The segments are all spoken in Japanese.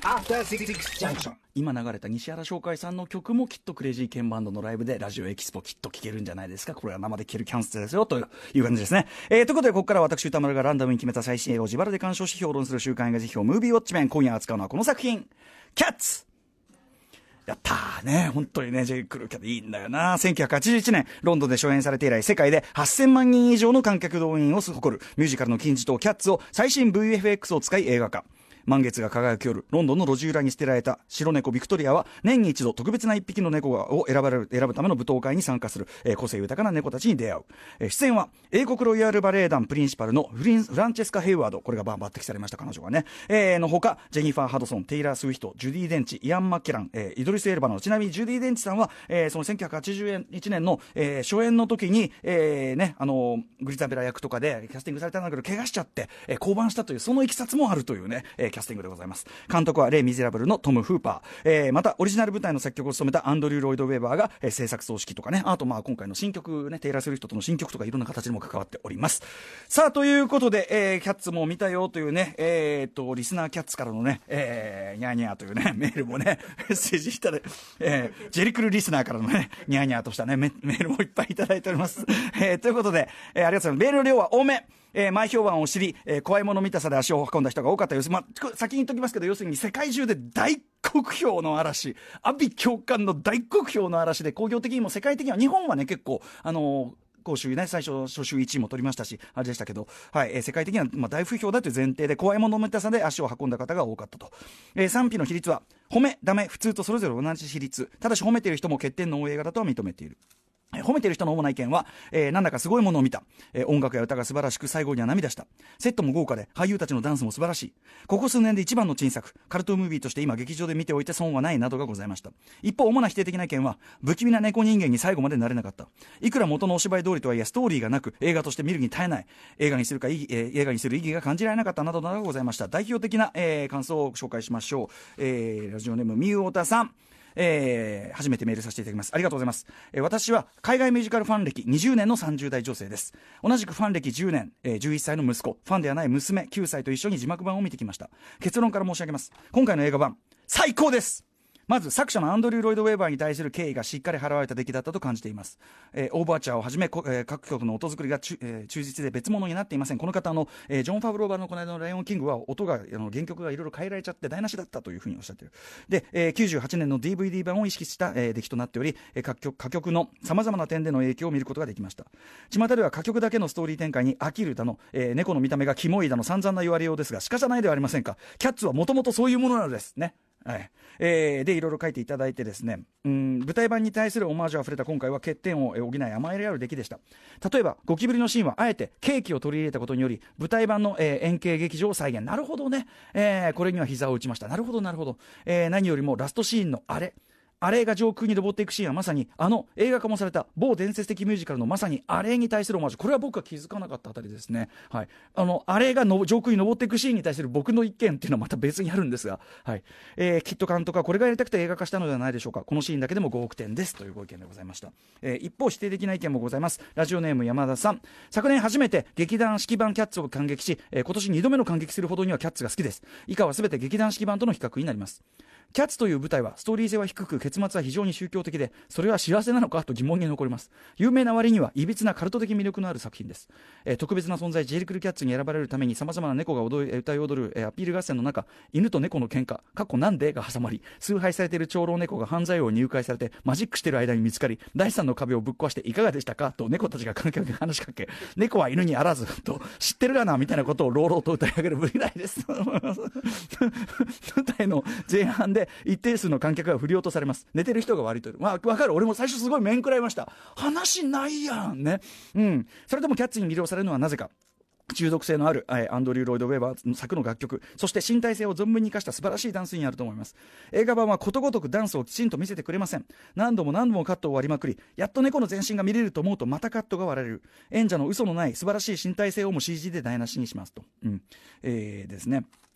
After Six Junction。 今流れた西原商会さんの曲もきっとクレイジーケンバンドのライブでラジオエキスポきっと聴けるんじゃないですか。これは生で聴けるキャンセルですよという感じですね。ということでここから私歌丸がランダムに決めた最新映画を自腹で鑑賞し評論する週刊映画辞表ムービーウォッチメン。今夜扱うのはこの作品、キャッツ。やったーね。本当にね、ジェイクルキャッツいいんだよな。1981年、ロンドンで初演されて以来、世界で8000万人以上の観客動員を誇るミュージカルの金字塔キャッツを最新 VFX を使い映画化。満月が輝く夜、ロンドンの路地裏に捨てられた白猫ビクトリアは年に一度特別な一匹の猫を選ぶための舞踏会に参加する、個性豊かな猫たちに出会う。出演は英国ロイヤルバレエ団プリンシパルのフランチェスカ・ヘイワード、これが抜擢されました彼女がね、のほかジェニファー・ハドソン、テイラー・スウィフト、ジュディ・デンチ、イアン・マッケラン、イドリス・エルバの。ちなみにジュディ・デンチさんは、その1981年の、初演の時に、グリザベラ役とかでキャスティングされたんだけど怪我しちゃって、降板したというそのいきさつもあるというね、キャスティングでございます。監督はレイ・ミゼラブルのトム・フーパー、またオリジナル舞台の作曲を務めたアンドリュー・ロイド・ウェーバーが、制作総指揮とかね、あと今回の新曲ね、テイラー・スウィフトとの新曲とかいろんな形にも関わっております。さあということで、キャッツも見たよというね、リスナーキャッツからのね、ニャーニャーというねメールもねメッセージしたで、ジェリクルリスナーからのねニャーニャーとしたねメールもいっぱいいただいております。ということで、ありがとうございます。メールの量は多め。前評判を知り、怖いもの見たさで足を運んだ人が多かった様子。先に言っときますけど、要するに世界中で大酷評の嵐、阿鼻叫喚の大酷評の嵐で、工業的にも世界的には、日本はね結構公衆ね、最初初週1位も取りましたしあれでしたけど、はい、世界的には大不評だという前提で怖いもの見たさで足を運んだ方が多かったと。賛否の比率は褒め、ダメ、普通とそれぞれ同じ比率。ただし褒めている人も欠点の多い映画だとは認めている。褒めている人の主な意見は、なんだかすごいものを見た、音楽や歌が素晴らしく最後には涙した、セットも豪華で俳優たちのダンスも素晴らしい、ここ数年で一番の珍作、カルトムービーとして今劇場で見ておいて損はないなどがございました。一方主な否定的な意見は、不気味な猫人間に最後までなれなかった、いくら元のお芝居通りとはいえストーリーがなく映画として見るに耐えない、映画にする意義が感じられなかったなどなどがございました。代表的な、感想を紹介しましょう。ラジオネームみゆおたさん、初めてメールさせていただきます。ありがとうございます。私は海外ミュージカルファン歴20年の30代女性です。同じくファン歴10年、11歳の息子、ファンではない娘9歳と一緒に字幕版を見てきました。結論から申し上げます。今回の映画版最高です。まず作者のアンドリュー・ロイド・ウェーバーに対する敬意がしっかり払われた出来だったと感じています。オーバーチャーをはじめ、各曲の音作りが忠実で別物になっていません。この方ジョン・ファブローバーのこの間のライオンキングは音が原曲がいろいろ変えられちゃって台無しだったというふうにおっしゃっている。で、98年の DVD 版を意識した出来となっており、歌曲のさまざまな点での影響を見ることができました。巷では歌曲だけのストーリー展開に飽きるだの、猫の見た目がキモいだの散々な言われようですが仕方ないではありませんか。キャッツはもともとそういうものなのですね。はい、でいろいろ書いていただいてですね、舞台版に対するオマージュあふれた今回は欠点を補い甘えれある出来でした。例えばゴキブリのシーンはあえてケーキを取り入れたことにより舞台版の、円形劇場を再現。なるほどね、これには膝を打ちました。なるほどなるほど、何よりもラストシーンのあれが上空に登っていくシーンはまさに映画化もされた某伝説的ミュージカルのまさにあれに対するオマージュ。これは僕は気づかなかったあたりですね。はい、あれが上空に登っていくシーンに対する僕の意見っていうのはまた別にあるんですが、はい、きっと監督はこれがやりたくて映画化したのではないでしょうか。このシーンだけでも5億点ですというご意見でございました。一方否定的な意見もございます。ラジオネーム山田さん、昨年初めて劇団四季版キャッツを感激し、今年2度目の感激するほどにはキャッツが好きです。以下はすべて劇団四季版との比較になります。キャッツという舞台はストーリー性は低く結末は非常に宗教的で、それは幸せなのかと疑問に残ります。有名な割にはいびつなカルト的魅力のある作品です。特別な存在ジェリクルキャッツに選ばれるためにさまざまな猫が歌い踊る、アピール合戦の中、犬と猫の喧嘩なんでが挟まり、崇拝されている長老猫が犯罪王に誘拐されてマジックしている間に見つかり、第三の壁をぶっ壊していかがでしたかと猫たちが観客に話しかけ、猫は犬にあらずと知ってるがなみたいなことを朗々と歌い上げる舞台です舞台の前半で一定数の観客が振り落とされます。寝てる人が悪いという、分かる。俺も最初すごい面食らいました。話ないやんね。それでもキャッツに魅了されるのはなぜか。中毒性のある、アンドリュー・ロイド・ウェーバーの作の楽曲、そして身体性を存分に生かした素晴らしいダンスにあると思います。映画版はことごとくダンスをきちんと見せてくれません。何度もカットを割りまくり、やっと猫の全身が見れると思うとまたカットが割られる。演者の嘘のない素晴らしい身体性をも CG で台無しにしますと。ですね。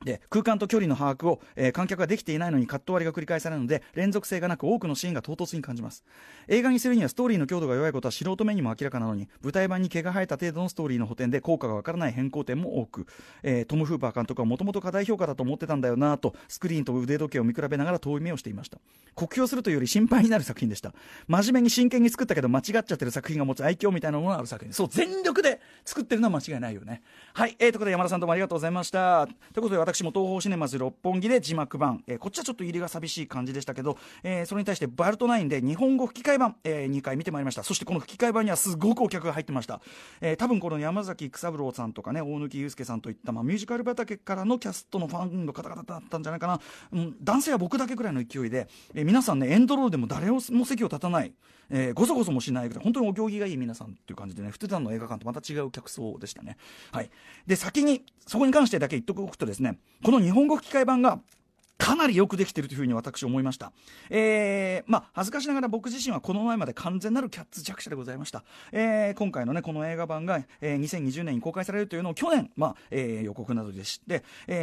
で空間と距離の把握を、観客ができていないのにカット割りが繰り返されるので連続性がなく多くのシーンが唐突に感じます。映画にするにはストーリーの強度が弱いことは素人目にも明らかなのに、舞台版に毛が生えた程度のストーリーの補填で効果がわからない変更点も多く、トム・フーパー監督はもともと過大評価だと思ってたんだよなとスクリーンと腕時計を見比べながら遠い目をしていました。酷評するというより心配になる作品でした。真面目に真剣に作ったけど間違っちゃってる作品が持つ愛嬌みたいなものがある作品、そう全力で作ってるのは間違いないよね。はい、ということで山田さんどうもありがとうございました。ということで私も東宝シネマズ六本木で字幕版、こっちはちょっと入りが寂しい感じでしたけど、それに対してバルト9で日本語吹き替え版、2回見てまいりました。そしてこの吹き替え版にはすごくお客が入ってました。多分この山崎育三郎さんとかね大貫勇輔さんといった、ミュージカル畑からのキャストのファンの方々だったんじゃないかな、男性は僕だけぐらいの勢いで、皆さんねエンドロールでも誰も席を立たない、ごそごそもしないぐらい本当にお行儀がいい皆さんっていう感じでね、普段の映画館とまた違う客層でしたね。はい、で先にそこに関してだけ言っとくとですね、この日本語吹き替え版がかなりよくできているというふうに私思いました。恥ずかしながら僕自身はこの前まで完全なるキャッツ弱者でございました。今回のねこの映画版が、2020年に公開されるというのを去年、予告などで知って、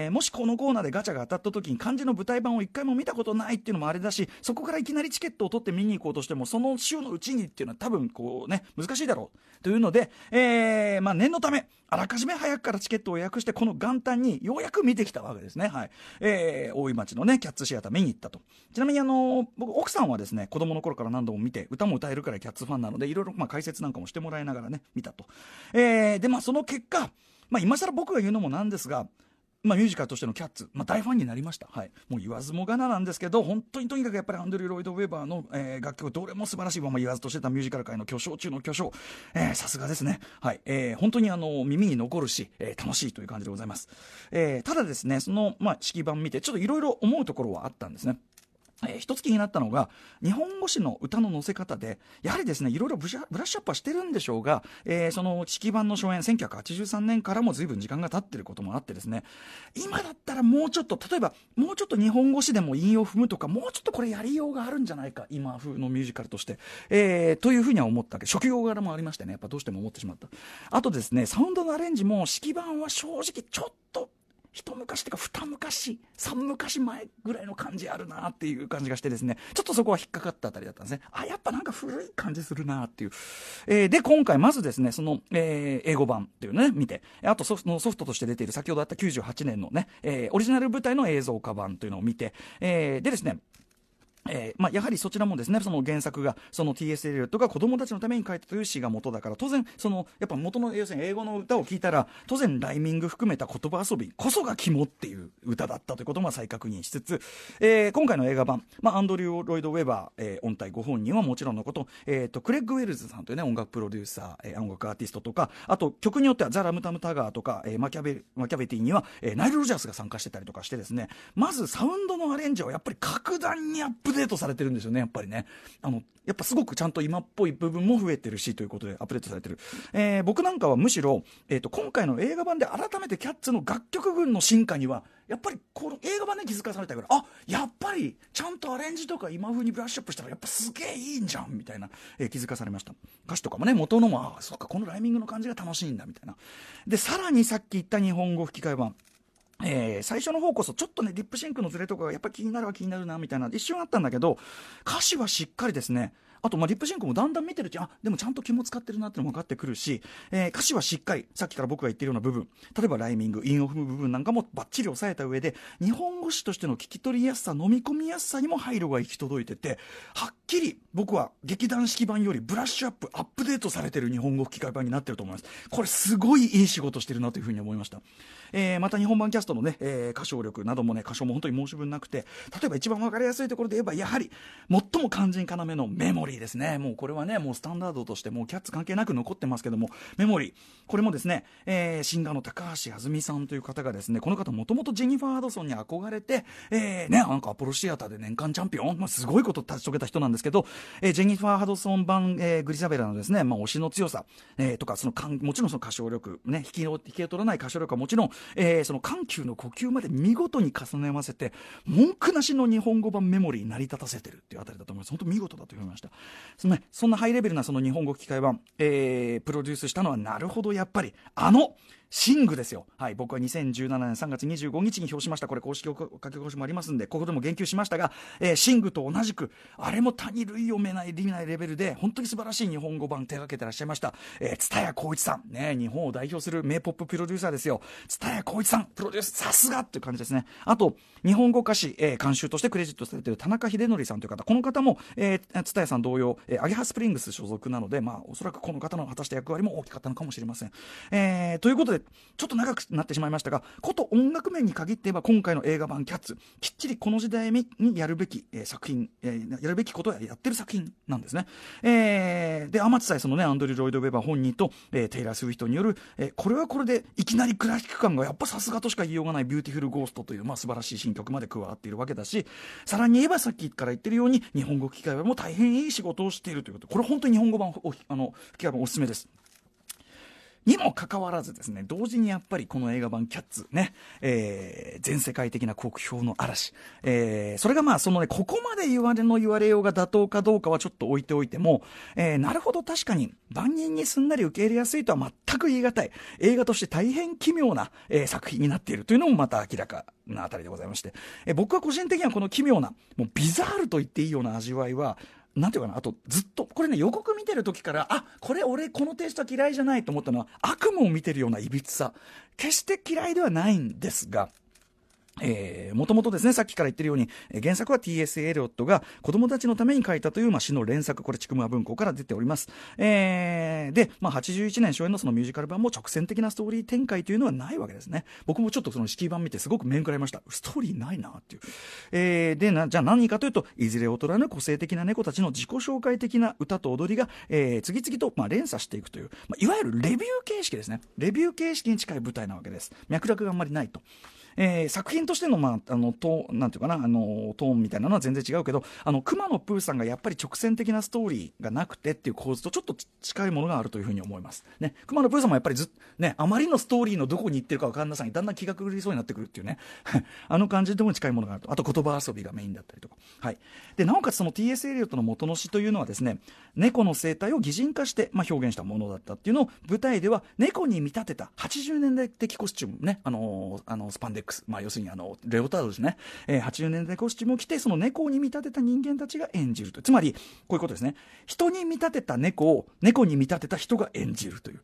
もしこのコーナーでガチャが当たった時に漢字の舞台版を一回も見たことないっていうのもあれだし、そこからいきなりチケットを取って見に行こうとしてもその週のうちにっていうのは多分こうね難しいだろうというので、念のためあらかじめ早くからチケットを予約してこの元旦にようやく見てきたわけですね。はい、大井町のねキャッツシアター見に行ったと。ちなみに僕奥さんはですね子供の頃から何度も見て歌も歌えるからキャッツファンなのでいろいろ解説なんかもしてもらいながらね見たと。でその結果、今更僕が言うのもなんですが、ミュージカルとしてのキャッツ、大ファンになりました。はい、もう言わずもがななんですけど、本当にとにかくやっぱりアンドリュー・ロイド・ウェバーの、楽曲どれも素晴らしい。言わずとしてたミュージカル界の巨匠中の巨匠、さすがですね。はい、本当に耳に残るし、楽しいという感じでございます。ただですねその、式版見てちょっといろいろ思うところはあったんですね。一つ気になったのが日本語詞の歌の載せ方でやはりですねいろいろブラッシュアップはしてるんでしょうが、その式版の初演1983年からも随分時間が経ってることもあってですね、今だったらもうちょっと例えばもうちょっと日本語詞でも韻を踏むとかもうちょっとこれやりようがあるんじゃないか今風のミュージカルとして、というふうには思ったわけ。初期業柄もありましてねやっぱどうしても思ってしまった。あとですねサウンドのアレンジも式版は正直ちょっと一昔っていうか二昔三昔前ぐらいの感じあるなっていう感じがしてですねちょっとそこは引っかかったあたりだったんですね。やっぱなんか古い感じするなっていう、で今回まずですねその、英語版っていうのね見て、あとソフトとして出ている先ほどあった98年のね、オリジナル舞台の映像化版というのを見て、でですねやはりそちらもですねその原作がその T.S. エリオットが子供たちのために書いたという詩が元だから当然そのやっぱ元の要するに英語の歌を聞いたら当然ライミング含めた言葉遊びこそが肝っていう歌だったということも再確認しつつ、今回の映画版、アンドリュー・ロイド・ウェバー、音体ご本人はもちろんのこと、クレッグ・ウェルズさんというね音楽プロデューサー、音楽アーティストとかあと曲によってはザ・ラムタム・タガーとか、マキャベティには、ナイル・ロジャースが参加してたりとかしてですねまずサウンドのアレンジはやっぱり格段にアップデートされてるんですよね。やっぱりねやっぱすごくちゃんと今っぽい部分も増えてるしということでアップデートされてる。僕なんかはむしろ、今回の映画版で改めてキャッツの楽曲群の進化にはやっぱりこの映画版で気づかされたからやっぱりちゃんとアレンジとか今風にブラッシュアップしたらやっぱすげえいいんじゃんみたいな、気づかされました。歌詞とかもね元のもそっかこのライミングの感じが楽しいんだみたいな。でさらにさっき言った日本語吹き替え版最初の方こそちょっとねリップシンクのズレとかがやっぱり気になるなみたいな一瞬あったんだけど歌詞はしっかりですね。あとリップシンクもだんだん見てるうちでもちゃんと気も使ってるなっていうのも分かってくるし、歌詞はしっかりさっきから僕が言ってるような部分例えばライミング韻を踏む部分なんかもバッチリ押さえた上で日本語詞としての聞き取りやすさ飲み込みやすさにも配慮が行き届いててはっきり僕は劇団式版よりブラッシュアップデートされてる日本語吹き替え版になってると思います。これすごいいい仕事してるなというふうに思いました。また日本版キャストのね、歌唱力などもね歌唱も本当に申し分なくて例えば一番分かりやすいところで言えばやはり最も肝心要のメモリーですね。もうこれはねもうスタンダードとしてもうキャッツ関係なく残ってますけどもメモリーこれもですね、シンガーの高橋あずみさんという方がですねこの方もともとジェニファー・ハドソンに憧れて、なんかアポロシアターで年間チャンピオン、すごいことを成し遂げた人なんですけど、ジェニファー・ハドソン版、グリザベラのですね、推しの強さ、とかもちろんその歌唱力、ね、引きを取らない歌唱力はもちろん、その緩急の呼吸まで見事に重ね合わせて文句なしの日本語版メモリーに成り立たせてるっていうあたりだと思います。本当見事だと思いました。そんなハイレベルなその日本語吹き替え版、プロデュースしたのはなるほどやっぱりシングですよ。はい、僕は2017年3月25日に表しました。これ公式書き起こしもありますんで、ここでも言及しましたが、シングと同じく、あれも他に類を見ないレベルで、本当に素晴らしい日本語版手掛けてらっしゃいました。蔦谷好一さん。ね、日本を代表する名ポッププロデューサーですよ。蔦谷好一さん、プロデュース、さすがっていう感じですね。あと、日本語歌詞、監修としてクレジットされている田中秀則さんという方。この方も、蔦谷さん同様、アゲハスプリングス所属なので、まあ、おそらくこの方の果たした役割も大きかったのかもしれません。ということで、ちょっと長くなってしまいましたが、こと音楽面に限って言えば今回の映画版キャッツ、きっちりこの時代にやるべき、作品、やるべきことをやってる作品なんですね。で、天津さえそのね、アンドリュー・ロイド・ウェバー本人と、テイラー・スウィフトによる、これはこれでいきなりクラシック感がやっぱさすがとしか言いようがないビューティフル・ゴーストという、まあ、素晴らしい新曲まで加わっているわけだし、さらに言えばさっきから言ってるように日本語吹き替えも大変いい仕事をしているということ、これ本当に日本語版吹き替え版おすすめです。にもかかわらずですね、同時にやっぱりこの映画版キャッツね、全世界的な酷評の嵐、それがまあそのね、ここまで言われようが妥当かどうかはちょっと置いておいても、なるほど確かに万人にすんなり受け入れやすいとは全く言い難い映画として大変奇妙な、作品になっているというのもまた明らかなあたりでございまして、僕は個人的にはこの奇妙なもうビザールと言っていいような味わいはなんていうかな、あとずっとこれね、予告見てる時から、あ、これ俺このテイストは嫌いじゃないと思ったのは、悪夢を見てるようないびつさ、決して嫌いではないんですが、もともとですね、さっきから言ってるように、原作は T.S. エリオットが子供たちのために書いたという、まあ、詩の連作、これちくむわ文庫から出ております。で、まあ、81年初演のそのミュージカル版も直線的なストーリー展開というのはないわけですね。僕もちょっとその式版見てすごく面食らいました。ストーリーないなっていう。でじゃあ何かというと、いずれ劣らぬ個性的な猫たちの自己紹介的な歌と踊りが、次々と、まあ、連鎖していくという、まあ、いわゆるレビュー形式ですね。レビュー形式に近い舞台なわけです。脈絡があんまりないと。作品としての、まあ、なんていうかな、トーンみたいなのは全然違うけど、熊野プーさんがやっぱり直線的なストーリーがなくてっていう構図とちょっと近いものがあるというふうに思います。ね、熊野プーさんもやっぱりね、あまりのストーリーのどこに行ってるか分かんなさにだんだん気が狂いそうになってくるっていうね、感じでも近いものがあると。あと言葉遊びがメインだったりとか。はい。で、なおかつその T.S. エリオットの元の詩というのはですね、猫の生態を擬人化して、まあ、表現したものだったっていうのを舞台では猫に見立てた80年代的コスチュームね、スパンデックス、まあ、要するにレオタードですね、80年代コスチュームを着てその猫に見立てた人間たちが演じると。つまりこういうことですね。人に見立てた猫を猫に見立てた人が演じるという、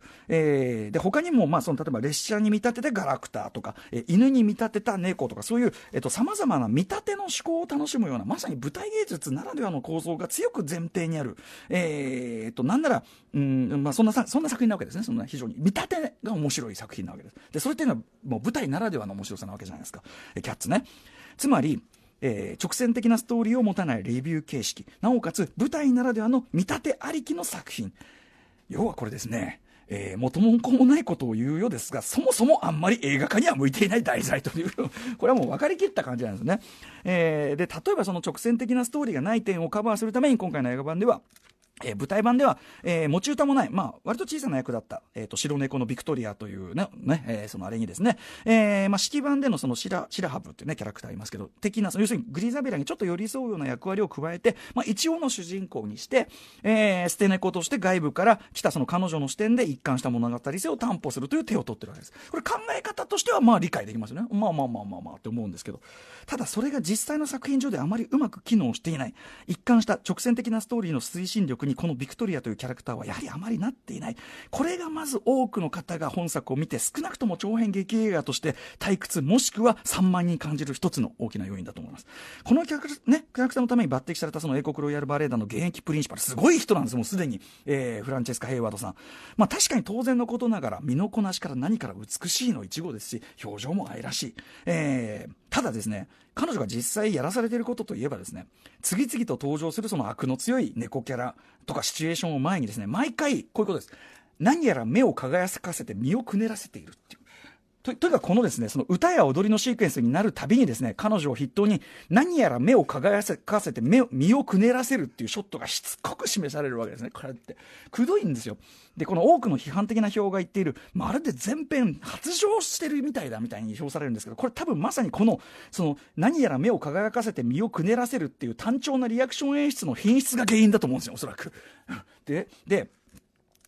で他にもまあその例えば列車に見立ててガラクタとか、犬に見立てた猫とか、そういうさまざまな見立ての思考を楽しむような、まさに舞台芸術ならではの構造が強く前提にある、なんならまあ、そんな作品なわけですね。そんな非常に見立てが面白い作品なわけです。でそれっていうのはもう舞台ならではの面白さなわけじゃないですか、キャッツね。つまり、直線的なストーリーを持たないレビュー形式、なおかつ舞台ならではの見立てありきの作品。要はこれですね、元も子もないことを言うようですが、そもそもあんまり映画化には向いていない題材というこれはもう分かりきった感じなんですね。で例えばその直線的なストーリーがない点をカバーするために今回の映画版では舞台版では、持ち歌もない、まあ、割と小さな役だった、白猫のビクトリアというね、そのあれにですね、まあ、式版でのそのシラハブっていうね、キャラクターいますけど、的な、要するにグリザベラにちょっと寄り添うような役割を加えて、まあ、一応の主人公にして、捨て猫として外部から来たその彼女の視点で一貫した物語性を担保するという手を取ってるわけです。これ考え方としてはまあ理解できますよね。まあって思うんですけど、ただそれが実際の作品上であまりうまく機能していない、一貫した直線的なストーリーの推進力にこのビクトリアというキャラクターはやはりあまりなっていない。これがまず多くの方が本作を見て少なくとも長編劇映画として退屈もしくは散漫に感じる一つの大きな要因だと思います。このキャラクターのために抜擢されたその英国ロイヤルバレエ団の現役プリンシパル、すごい人なんです。もうすでに、フランチェスカ・ヘイワードさん、まあ、確かに当然のことながら身のこなしから何から美しいの一語ですし、表情も愛らしい、ただですね、彼女が実際やらされていることといえばですね、次々と登場するその悪の強い猫キャラとかシチュエーションを前にですね、毎回こういうことです。何やら目を輝かせて身をくねらせているっていう。とにかくこのですね、その歌や踊りのシークエンスになるたびにですね、彼女を筆頭に何やら目を輝かせて身をくねらせるっていうショットがしつこく示されるわけですね。これってくどいんですよ。でこの多くの批判的な評が言っている、まるで全編発情してるみたいだみたいに評されるんですけど、これ多分まさにこのその何やら目を輝かせて身をくねらせるっていう単調なリアクション演出の品質が原因だと思うんですよ、おそらく。で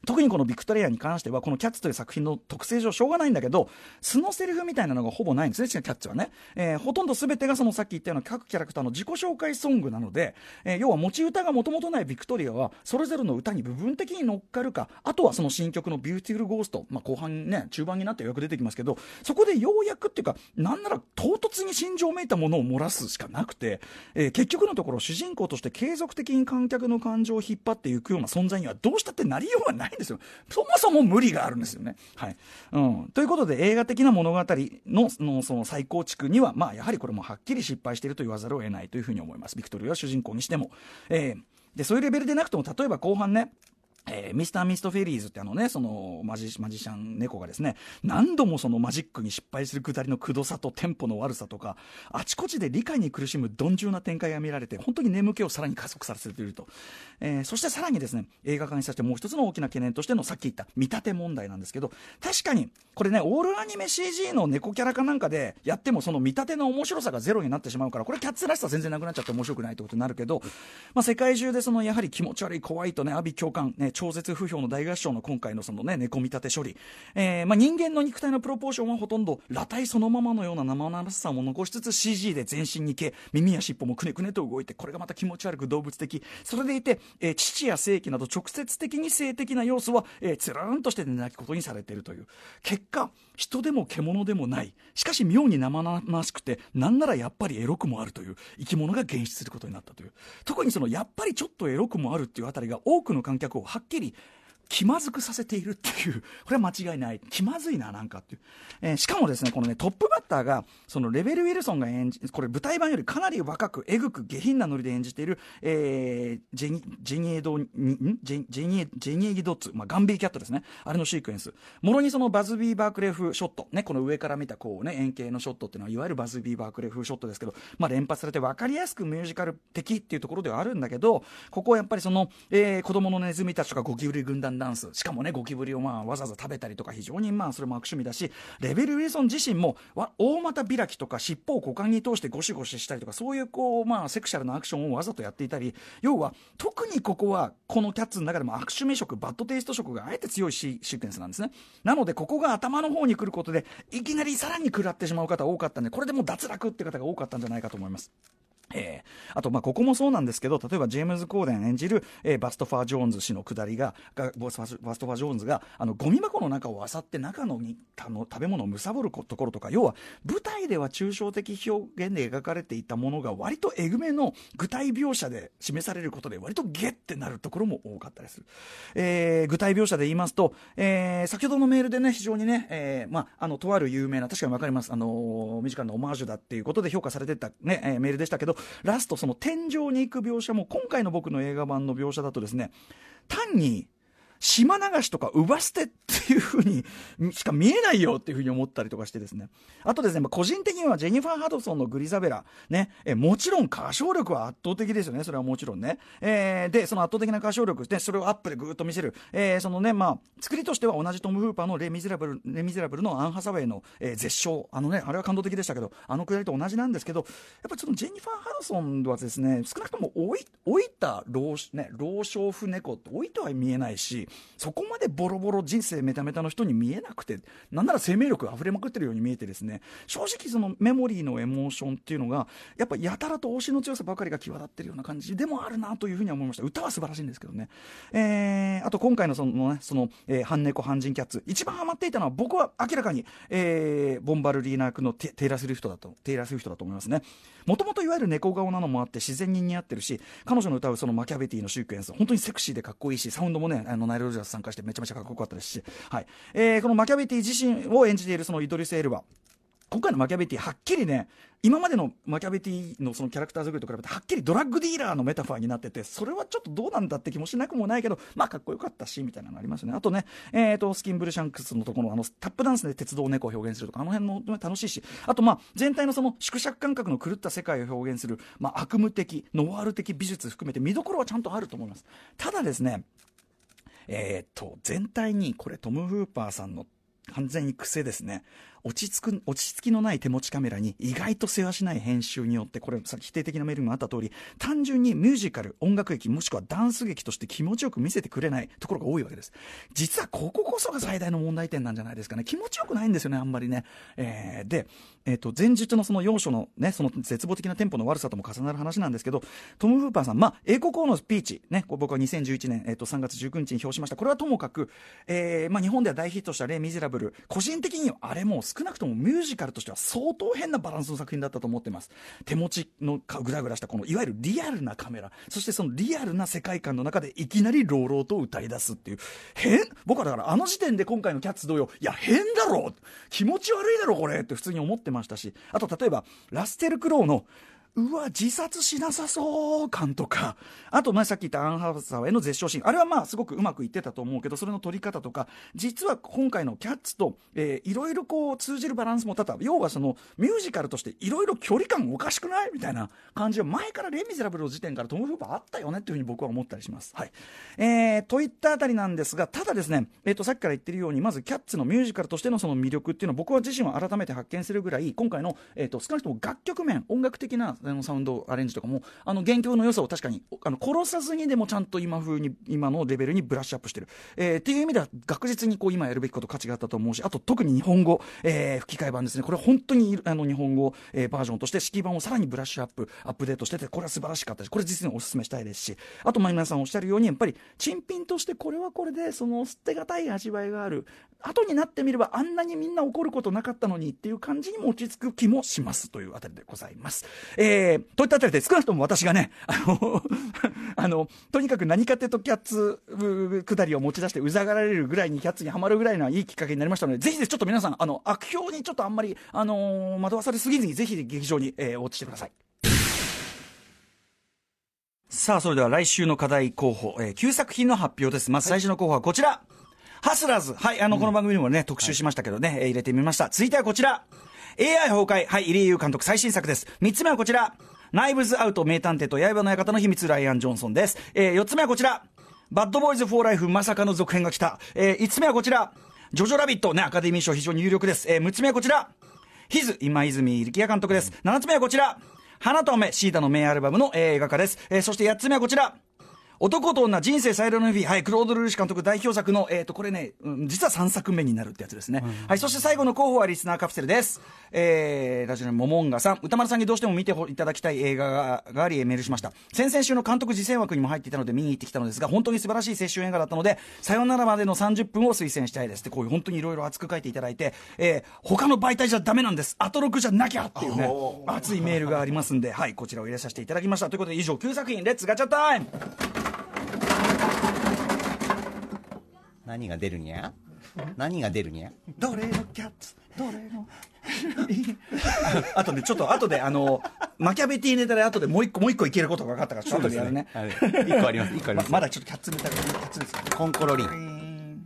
特にこのビクトリアに関してはこのキャッツという作品の特性上しょうがないんだけど、素のセリフみたいなのがほぼないんですね、キャッツはね。ほとんど全てがそのさっき言ったような各キャラクターの自己紹介ソングなので、要は持ち歌がもともとないビクトリアはそれぞれの歌に部分的に乗っかるか、あとはその新曲のビューティフルゴースト、後半ね中盤になってよく出てきますけど、そこでようやくっていうかなんなら唐突に心情めいたものを漏らすしかなくて、結局のところ主人公として継続的に観客の感情を引っ張っていくような存在にはどうしたってなりようがないんですよ。そもそも無理があるんですよね。はい。ということで映画的な物語のその再構築にはやはりこれもはっきり失敗していると言わざるを得ないというふうに思います。ビクトリーは主人公にしても、でそういうレベルでなくても、例えば後半ね、ミスターミストフェリーズってそのマジシャン猫がですね、何度もそのマジックに失敗するくだりのくどさとテンポの悪さとか、あちこちで理解に苦しむ鈍重な展開が見られて、本当に眠気をさらに加速させていると、そしてさらにですね、映画化にさせてもう一つの大きな懸念としてのさっき言った見立て問題なんですけど、確かにこれね、オールアニメ CG の猫キャラかなんかでやってもその見立ての面白さがゼロになってしまうから、これキャッツらしさ全然なくなっちゃって面白くないってことになるけど、世界中でそのやはり気持ち悪い怖いとね、阿鼻共感、超絶不評の大合唱の今回のそのね猫見立て処理、人間の肉体のプロポーションはほとんど裸体そのままのような生々しさも残しつつ CG で全身に毛、耳や尻尾もくねくねと動いて、これがまた気持ち悪く動物的、それでいて、父や性器など直接的に性的な要素は、つらんとしてなきことにされているという結果、人でも獣でもない、しかし妙に生々しくてなんならやっぱりエロくもあるという生き物が現出することになったという、特にそのやっぱりちょっとエロくもあるっていうあたりが多くの観客をはっきり気まずくさせているっていう、これは間違いない、気まずいななんかっていう、しかもですね、このねトップバッターがそのレベル・ウィルソンが演じ、これ舞台版よりかなり若くえぐく下品なノリで演じている、ジェニエギドッツ、ガンビーキャットですね、あれのシークエンス、もろにそのバズビー・バークレフショットね、この上から見たこうね円形のショットっていうのはいわゆるバズビー・バークレフショットですけど、連発されて分かりやすくミュージカル的っていうところではあるんだけど、ここはやっぱりその、子供のネズミたちとかゴキブリ軍団ダンス、しかもねゴキブリをわざわざ食べたりとか、非常にそれも悪趣味だし、レベル・ウィルソン自身も大股開きとか尻尾を股間に通してゴシゴシしたりとか、そういうこうセクシャルなアクションをわざとやっていたり、要は特にここはこのキャッツの中でも悪趣味色、バッドテイスト色があえて強いシークエンスなんですね。なのでここが頭の方に来ることでいきなりさらに食らってしまう方多かったんで、これでもう脱落って方が多かったんじゃないかと思います。あとここもそうなんですけど、例えばジェームズ・コーデン演じる、バストファー・ジョーンズ氏の下りがバストファー・ジョーンズがゴミ箱の中を漁って中の食べ物を貪るところとか、要は舞台では抽象的表現で描かれていたものが割とえぐめの具体描写で示されることで割とゲッてなるところも多かったりする。具体描写で言いますと、先ほどのメールでね非常にね、とある有名な、確かに分かります、ミュージカルのオマージュだっていうことで評価されてた、メールでしたけど、ラストその天井に行く描写も今回の僕の映画版の描写だとですね、単に島流しとか奪捨てっていう風にしか見えないよっていう風に思ったりとかしてですね、あとですね、個人的にはジェニファー・ハドソンのグリザベラね、もちろん歌唱力は圧倒的ですよね、それはもちろんね、でその圧倒的な歌唱力でそれをアップでぐーっと見せる、そのね作りとしては同じトム・フーパーのレ・ミゼラブルのアン・ハサウェイの、絶唱、あれは感動的でしたけど、くだりと同じなんですけど、やっぱりそのジェニファー・ハドソンはですね、少なくとも老いた老少婦猫って老いては見えないし、そこまでボロボロ人生メタメタの人に見えなくて、なんなら生命力が溢れまくってるように見えてですね、正直そのメモリーのエモーションっていうのがやっぱやたらと推しの強さばかりが際立ってるような感じでもあるなというふうには思いました。歌は素晴らしいんですけどね、あと今回の半猫半人キャッツ、一番ハマっていたのは僕は明らかに、ボンバルリーナ役のテイラー・スウィフトだと思いますね。もともといわゆる猫顔なのもあって自然に似合ってるし、彼女の歌うそのマキャベティのシークエンス本当にセクシーでかっこいいし、サウンドもねナイル・ロジャース参加してめちゃめちゃかっこよかったですし、はい、このマキャベティ自身を演じているそのイドリス・エルバ、今回のマキャベティはっきりね、今までのマキャベティのそのキャラクター作りと比べてはっきりドラッグディーラーのメタファーになってて、それはちょっとどうなんだって気もしなくもないけど、かっこよかったしみたいなのありますね。あとね、スキンブルシャンクスのところのタップダンスで鉄道猫を表現するとか、辺も楽しいし、あと全体のその縮尺感覚の狂った世界を表現する、悪夢的ノワール的美術含めて見どころはちゃんとあると思います。ただですね、全体にこれトム・フーパーさんの完全に癖ですね。 落ち着きのない手持ちカメラに意外とせわしない編集によって、これさっき否定的なメールにもあった通り、単純にミュージカル、音楽劇もしくはダンス劇として気持ちよく見せてくれないところが多いわけです。実はこここそが最大の問題点なんじゃないですかね。気持ちよくないんですよね、あんまりね。で、前述のその要所のね、その絶望的なテンポの悪さとも重なる話なんですけど、トム・フーパーさん、英国王のスピーチね、僕は2011年、3月19日に表しました。これはともかく、日本では大ヒットしたレイ・ミゼラブル、個人的にはあれも少なくともミュージカルとしては相当変なバランスの作品だったと思ってます。手持ちのグラグラしたこのいわゆるリアルなカメラ、そしてそのリアルな世界観の中でいきなり朗々と歌い出すっていう、僕はだからあの時点で今回のキャッツ同様、いや変だろ、気持ち悪いだろこれって普通に思ってましたし、あと例えばラステル・クロウのうわ自殺しなさそう感とか、あとさっき言ったアン・ハサウェイの絶唱シーン、あれはすごくうまくいってたと思うけど、それの撮り方とか、実は今回のキャッツといろいろこう通じるバランスも要はそのミュージカルとしていろいろ距離感おかしくないみたいな感じは前からレイ・ミゼラブルの時点からトム・フーパーあったよねっていうふうに僕は思ったりします。はい、といったあたりなんですが、ただですね、さっきから言ってるように、まずキャッツのミュージカルとしてのその魅力っていうのを僕は自身は改めて発見するぐらい、今回の、少なくとも楽曲面、音楽的なサウンドアレンジとかも原曲の良さを確かに殺さずにでもちゃんと今のレベルにブラッシュアップしてる、っていう意味では確実にこう今やるべきこと価値があったと思うし、あと特に日本語、吹き替え版ですね。これは本当に日本語、バージョンとして式版をさらにブラッシュアップデートしてて、これは素晴らしかったし、これ実にお勧めしたいですし、あと皆さんおっしゃるようにやっぱり珍品としてこれはこれでその捨てがたい味わいがある、後になってみればあんなにみんな怒ることなかったのにっていう感じにも落ち着く気もしますというあたりでございます。といったあたりで少なくとも私がねとにかく何かってとキャッツ下りを持ち出してうざがられるぐらいにキャッツにはまるぐらいのいいきっかけになりましたので、ぜひちょっと皆さん悪評にちょっとあんまり惑わされすぎずにぜひ劇場に落ちてください。さあそれでは来週の課題候補、9作品の発表です。まず最初の候補はこちら、ハスラーズ。はい、この番組にもね特集しましたけどね、入れてみました。続いてはこちら、 AI 崩壊。はい、入江優監督最新作です。3つ目はこちら、ナイブズアウト名探偵と刃の館の秘密、ライアン・ジョンソンです。4つ目はこちら、バッドボーイズ・フォー・ライフ、まさかの続編が来た。5つ目はこちら、ジョジョラビットね、アカデミー賞非常に有力です。6つ目はこちら、ヒズ、今泉力也監督です。7つ目はこちら、花と雨、シータの名アルバムの映画化です。そして8つ目はこちら、男と女人生最良の日々。はい、クロード・ルルーシュ監督大表作の、これね、実は3作目になるってやつですね。はい、そして最後の候補はリスナーカプセルです。ラジオのモモンガさん、歌丸さんにどうしても見ていただきたい映画がありメールしました。先々週の監督次戦枠にも入っていたので見に行ってきたのですが、本当に素晴らしい青春映画だったので、さよならまでの30分を推薦したいですって、こういう本当にいろいろ熱く書いていただいて、他の媒体じゃダメなんです、アトロクじゃなきゃっていうね、熱いメールがありますんで、はい、こちらを入れさせていただきました。ということで以上9作品、レッツガチャタイム。 何が出るにゃ？何が出るにゃ？ どれのキャッツ、どれのあとね、ちょっと後でマキャベティネタで後でもう一個いけることが分かったからちょっとやるね。 1個あります。1個あります。 まだちょっとキャッツネタがキャッツですコンコロリン。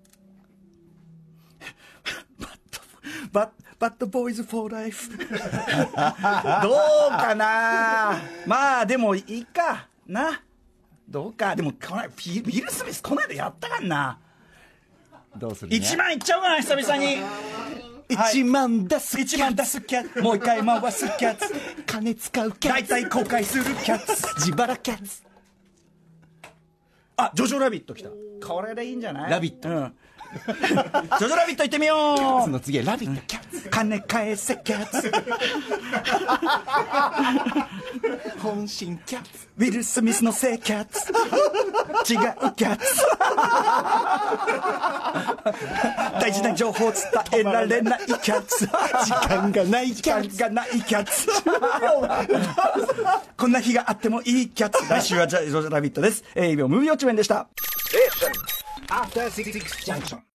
バッドボーイズフォーライフ。どうかな。まあでもいいかな。どうか。でもウィル・スミスこの間やったかんな。 どうする 1万いっちゃおうかな、久々に。 1万出す 1万出すキャッツ、もう一回回すキャッツ、 金使うキャッツ、 大体公開するキャッツ、 自腹キャッツ。 あ、ジョジョラビット来た。これでいいんじゃない？ ラビット、 ジョジョラビット行ってみよう。 その次はラビットキャッツ、 金返せキャッツ、 本心キャッツ、 ウィル・スミスのせいキャッツ、違うキャッツ、大事な情報伝えられないキャッツ、 時間がないキャッツ、 時間がないキャッツ、こんな日があってもいいキャッツ。来週はジョジョラビットです。以上ムービーウォッチメンでした。After 66 junction.